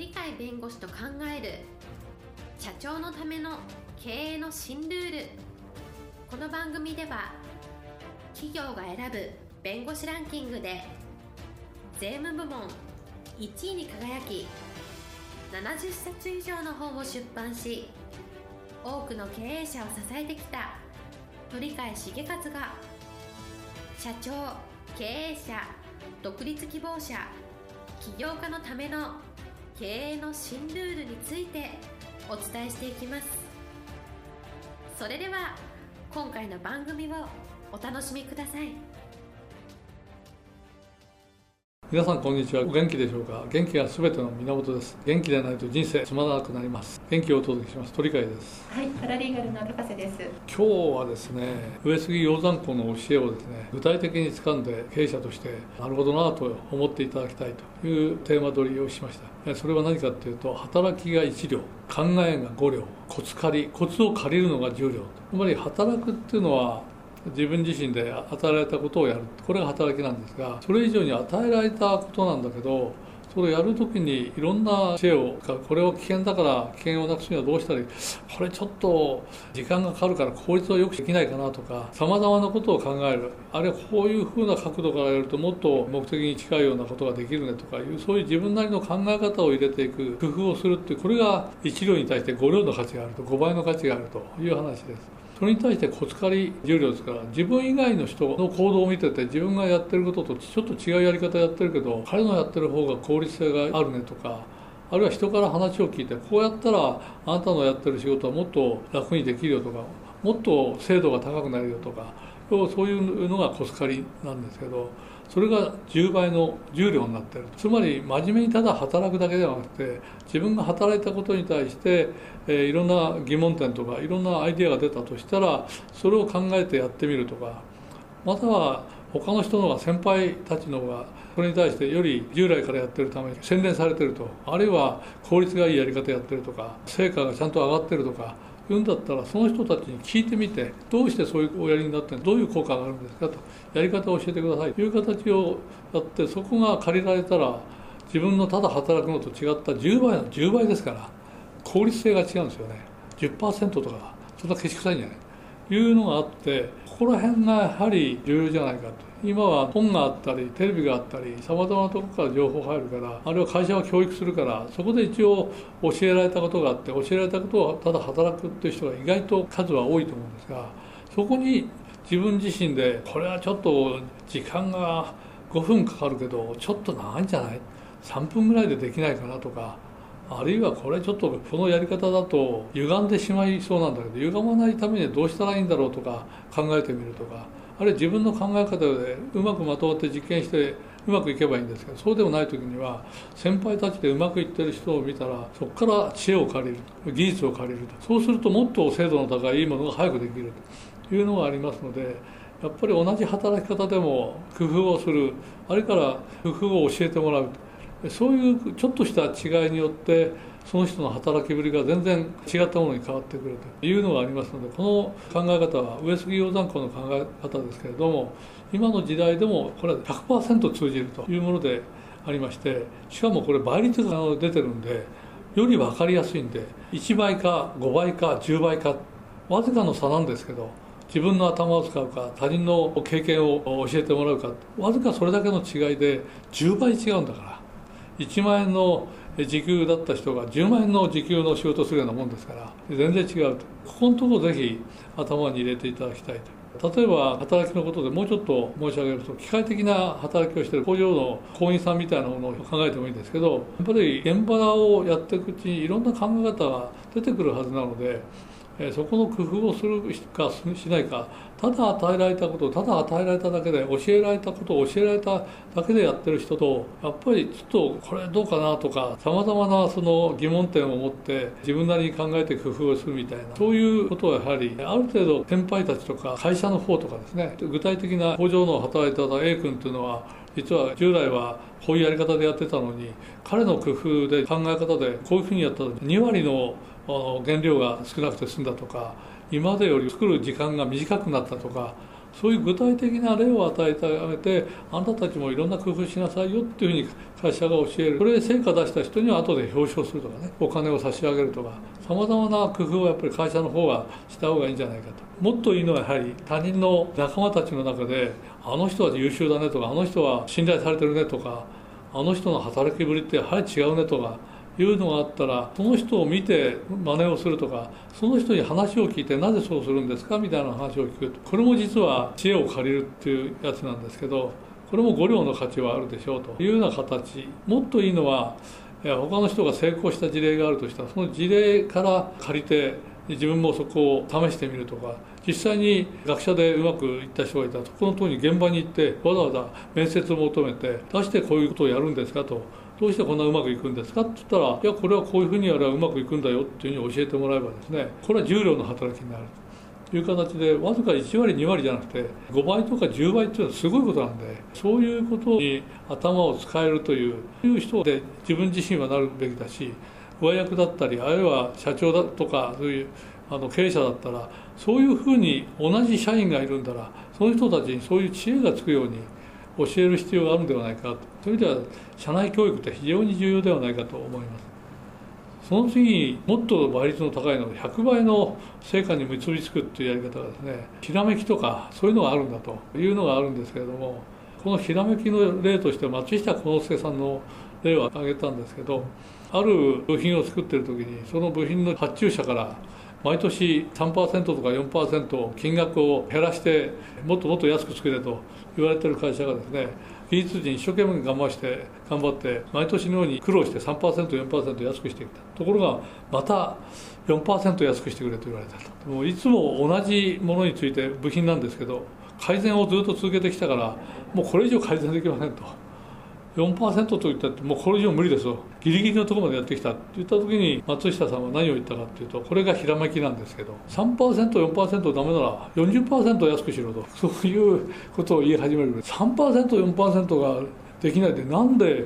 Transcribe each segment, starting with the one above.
鳥飼弁護士と考える社長のための経営の新ルール。この番組では企業が選ぶ弁護士ランキングで税務部門1位に輝き、70冊以上の本を出版し、多くの経営者を支えてきた鳥飼茂勝が、社長、経営者、独立希望者、起業家のための経営の新ルールについてお伝えしていきます。それでは今回の番組をお楽しみください。 皆さんこんにちは。お元気でしょうか。元気がすべての源です。元気でないと人生つまらなくなります。元気をお届けします。鳥飼です。 はい、パラリーガルの高瀬です。 今日はですね、上杉鷹山公の教えをですね、具体的に掴んで経営者としてなるほどなと思っていただきたいというテーマ取りをしました。それは何かというと、働きが1両、考えが5両、コツを借りるのが10両。つまり働くっていうのは自分自身で与えられたことをやる、これが働きなんですが、それ以上に与えられたことなんだけど、それをやるときにいろんな知恵を、これを危険だから危険をなくすにはどうしたらいい、これちょっと時間がかかるから効率を良くできないかなとか、さまざまなことを考える、あるいはこういうふうな角度からやるともっと目的に近いようなことができるねとかいう、そういう自分なりの考え方を入れていく、工夫をするっていう、これが1両に対して5両の価値があると、5倍の価値があるという話です。それに対してコツ借り10両ですから、自分以外の人の行動を見てて、自分がやってることとちょっと違うやり方やってるけど、彼のやってる方が効率性があるねとか、あるいは人から話を聞いて、こうやったらあなたのやってる仕事はもっと楽にできるよとか、もっと精度が高くなるよとか、そういうのがコツ借りなんですけど、それが10倍の10両になっている。つまり真面目にただ働くだけではなくて、自分が働いたことに対して、いろんな疑問点とかいろんなアイデアが出たとしたら、それを考えてやってみるとか、または他の人の方が、先輩たちの方がそれに対してより従来からやってるために洗練されてると、あるいは効率がいいやり方やってるとか、成果がちゃんと上がってるとか言うんだったら、その人たちに聞いてみて、どうしてそういうおやりになってどういう効果があるんですかと、やり方を教えてくださいという形をやって、そこが借りられたら、自分のただ働くのと違った10倍ですから、効率性が違うんですよね。10% とかそんなけし臭いんじゃないいうのがあって、ここら辺がやはり重要じゃないかと。今は本があったりテレビがあったり、さまざまなところから情報入るから、あるいは会社は教育するから、そこで一応教えられたことがあって、教えられたことをただ働くっていう人が意外と数は多いと思うんですが、そこに自分自身で、これはちょっと時間が5分かかるけどちょっと長いんじゃない、3分ぐらいでできないかなとか、あるいはこれちょっとこのやり方だと歪んでしまいそうなんだけど、歪まないためにどうしたらいいんだろうとか考えてみるとか、あるいは自分の考え方でうまくまとまって実験してうまくいけばいいんですけど、そうでもない時には先輩たちでうまくいってる人を見たら、そこから知恵を借りる、技術を借りると、そうするともっと精度の高いいいものが早くできるというのがありますので、やっぱり同じ働き方でも工夫をする、あれから工夫を教えてもらう、そういうちょっとした違いによってその人の働きぶりが全然違ったものに変わってくるというのがありますので、この考え方は上杉鷹山公の考え方ですけれども、今の時代でもこれは 100% 通じるというものでありまして、しかもこれ倍率が出てるんで、より分かりやすいんで、1倍か5倍か10倍かわずかの差なんですけど、自分の頭を使うか他人の経験を教えてもらうか、わずかそれだけの違いで10倍違うんだから、1万円の時給だった人が10万円の時給の仕事をするようなもんですから、全然違うと。ここのところをぜひ頭に入れていただきたいと。例えば働きのことでもうちょっと申し上げると、機械的な働きをしている工場の工員さんみたいなものを考えてもいいんですけど、やっぱり現場をやっていくうちにいろんな考え方が出てくるはずなので、そこの工夫をするかしないか、ただ与えられたことをただ与えられただけで、教えられたことを教えられただけでやってる人と、やっぱりちょっとこれどうかなとか、さまざまなその疑問点を持って自分なりに考えて工夫をするみたいな、そういうことはやはりある程度先輩たちとか会社の方とかですね、具体的な工場の働いてた A 君というのは、実は従来はこういうやり方でやってたのに、彼の工夫で考え方でこういうふうにやったら2割の原料が少なくて済んだとか、今までより作る時間が短くなったとか、 そういう具体的な例を与えてあげて、あなたたちもいろんな工夫しなさいよっていうふうに会社が教える。それで成果出した人には後で表彰するとかね、お金を差し上げるとか、さまざまな工夫をやっぱり会社の方がした方がいいんじゃないかと。もっといいのはやはり他人の仲間たちの中で、あの人は優秀だねとか、あの人は信頼されてるねとか、あの人の働きぶりってやはり違うねとかいうのがあったら、その人を見て真似をするとか、その人に話を聞いてなぜそうするんですかみたいな話を聞く。これも実は知恵を借りるっていうやつなんですけど、これも5両の価値はあるでしょうというような形。もっといいのは、他の人が成功した事例があるとしたら、その事例から借りて自分もそこを試してみるとか、実際に学者でうまくいった人がいたら、そこの通りに現場に行ってわざわざ面接を求めて、出してこういうことをやるんですかと、どうしてこんなうまくいくんですかって言ったら、いやこれはこういうふうにやればうまくいくんだよっていうふうに教えてもらえばですね、これは重量の働きになるという形で、わずか1割2割じゃなくて5倍とか10倍っていうのはすごいことなんで、そういうことに頭を使えるという人で自分自身はなるべきだし、上役だったり、あるいは社長だとか、そういう経営者だったら、そういうふうに同じ社員がいるんだら、その人たちにそういう知恵がつくように教える必要があるんではないかと。そういう意味では社内教育って非常に重要ではないかと思います。その次にもっと倍率の高いので100倍の成果に結びつくっていうやり方がですね、ひらめきとかそういうのがあるんだというのがあるんですけれども、このひらめきの例として松下幸之助さんの例を挙げたんですけど、ある部品を作ってる時に、その部品の発注者から毎年 3% とか 4% 金額を減らしてもっともっと安く作れと言われてる会社がですね、技術陣一生懸命頑張って毎年のように苦労して 3%、4% 安くしてきた。ところがまた 4% 安くしてくれと言われたと。もういつも同じものについて部品なんですけど、改善をずっと続けてきたからもうこれ以上改善できませんと。4% と言ったってもうこれ以上無理ですよ、ギリギリのところまでやってきたって言った時に、松下さんは何を言ったかっていうと、これがひらめきなんですけど、 3%、4% ダメなら 40% 安くしろと、そういうことを言い始める。 3%、4% ができないでなんで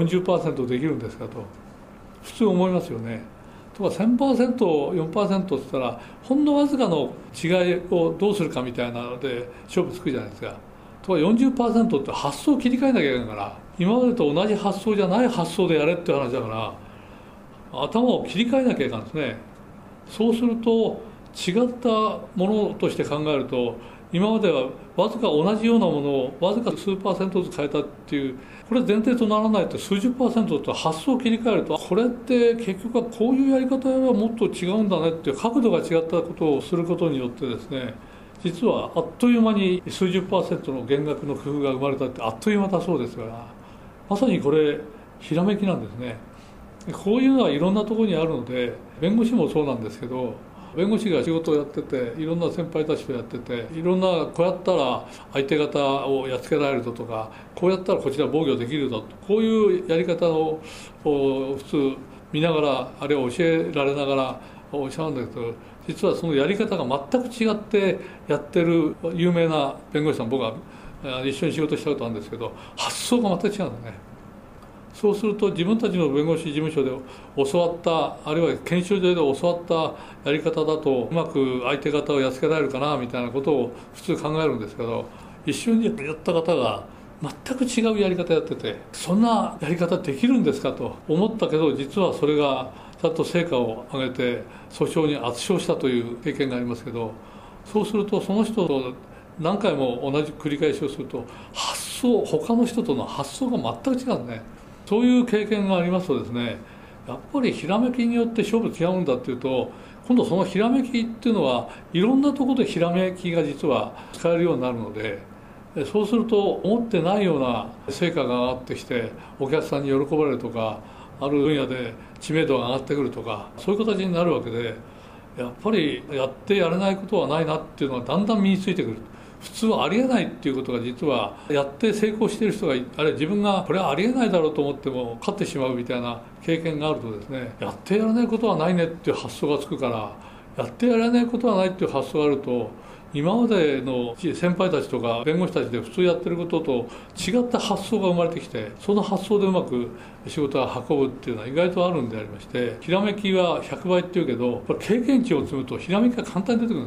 40% できるんですかと普通思いますよね。とか 1000%、4% って言ったらほんのわずかの違いをどうするかみたいなので勝負つくじゃないですか。とか 40% って発想を切り替えなきゃいけないから、今までと同じ発想じゃない発想でやれって話だから、頭を切り替えなきゃいけないんですね。そうすると違ったものとして考えると、今まではわずか同じようなものをわずか数%ずつ変えたっていう、これ前提とならないと数十%と発想を切り替えると、これって結局はこういうやり方やればもっと違うんだねっていう角度が違ったことをすることによってですね、実はあっという間に数十%の減額の工夫が生まれたってあっという間だそうですから、まさにこれひらめきなんですね。こういうのはいろんなところにあるので、弁護士もそうなんですけど、弁護士が仕事をやってて、いろんな先輩たちとやってて、いろんなこうやったら相手方をやっつけられるぞとか、こうやったらこちら防御できるぞと、こういうやり方を普通見ながら、あれを教えられながらおっしゃるんだけど、実はそのやり方が全く違ってやってる有名な弁護士さん、僕は一緒に仕事したことあるんですけど、発想が全く違うんだね。そうすると自分たちの弁護士事務所で教わった、あるいは研修所で教わったやり方だとうまく相手方をやっつけられるかなみたいなことを普通考えるんですけど、一緒にやった方が全く違うやり方やってて、そんなやり方できるんですかと思ったけど、実はそれがちゃんと成果を上げて訴訟に圧勝したという経験がありますけど、そうするとその人と何回も同じ繰り返しをすると、他の人との発想が全く違うんね。そういう経験がありますとですね、やっぱりひらめきによって勝負違うんだっていうと、今度そのひらめきっていうのはいろんなところでひらめきが実は使えるようになるので、そうすると思ってないような成果が上がってきてお客さんに喜ばれるとか、ある分野で知名度が上がってくるとか、そういう形になるわけで、やっぱりやってやれないことはないなっていうのがだんだん身についてくる。普通はありえないっていうことが実はやって成功している人が、あれ自分がこれはありえないだろうと思っても勝ってしまうみたいな経験があるとですね、やってやらないことはないねっていう発想がつくから、やってやらないことはないっていう発想があると、今までの先輩たちとか弁護士たちで普通やってることと違った発想が生まれてきて、その発想でうまく仕事が運ぶっていうのは意外とあるんでありまして、ひらめきは100倍っていうけど、これ経験値を積むとひらめきが簡単に出てくるんですね。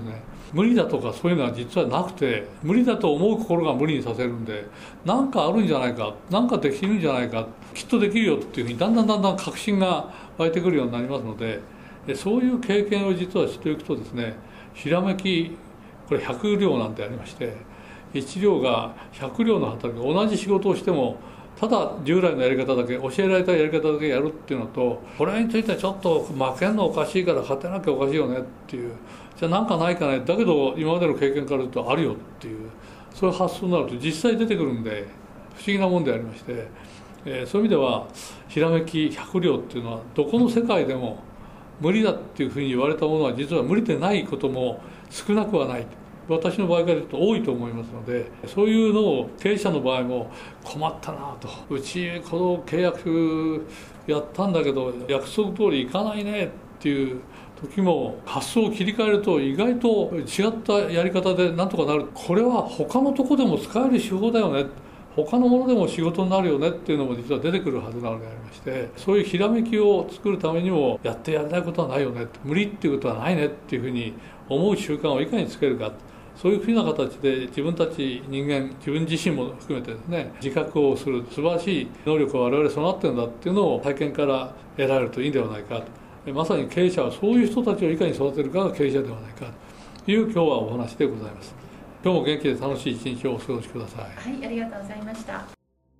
無理だとかそういうのは実はなくて、無理だと思う心が無理にさせるんで、何かあるんじゃないか、何かできるんじゃないか、きっとできるよっていうふうにだんだん確信が湧いてくるようになりますので、そういう経験を実はしていくとですね、ひらめき、これ100両なんてありまして、1両が100両の働き、同じ仕事をしてもただ従来のやり方だけ、教えられたやり方だけやるっていうのと、これについてはちょっと負けんのおかしいから勝てなきゃおかしいよねっていう、じゃあなんかないかね、だけど今までの経験から言うとあるよっていう、そういう発想になると実際出てくるんで不思議なもんでありまして、そういう意味ではひらめき100両っていうのはどこの世界でも無理だっていうふうに言われたものは実は無理でないことも少なくはない。私の場合から言うと多いと思いますので、そういうのを経営者の場合も困ったなと、うちこの契約やったんだけど約束通りいかないねっていう時も、発想を切り替えると意外と違ったやり方でなんとかなる、これは他のとこでも使える手法だよね、他のものでも仕事になるよねっていうのも実は出てくるはずなのでありまして、そういうひらめきを作るためにもやってやれないことはないよね、無理っていうことはないねっていうふうに思う習慣をいかにつけるか、そういうふうな形で自分たち人間、自分自身も含めてですね、自覚をする素晴らしい能力が我々備わっているんだっていうのを体験から得られるといいんではないかと。まさに経営者はそういう人たちをいかに育てるかが経営者ではないかという今日はお話でございます。今日も元気で楽しい一日をお過ごしください。 はい、ありがとうございました。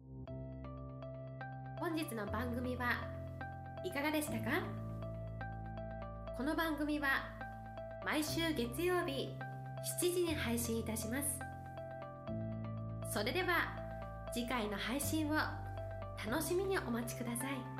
本日の番組はいかがでしたか？この番組は毎週月曜日7時に配信いたします。それでは次回の配信を楽しみにお待ちください。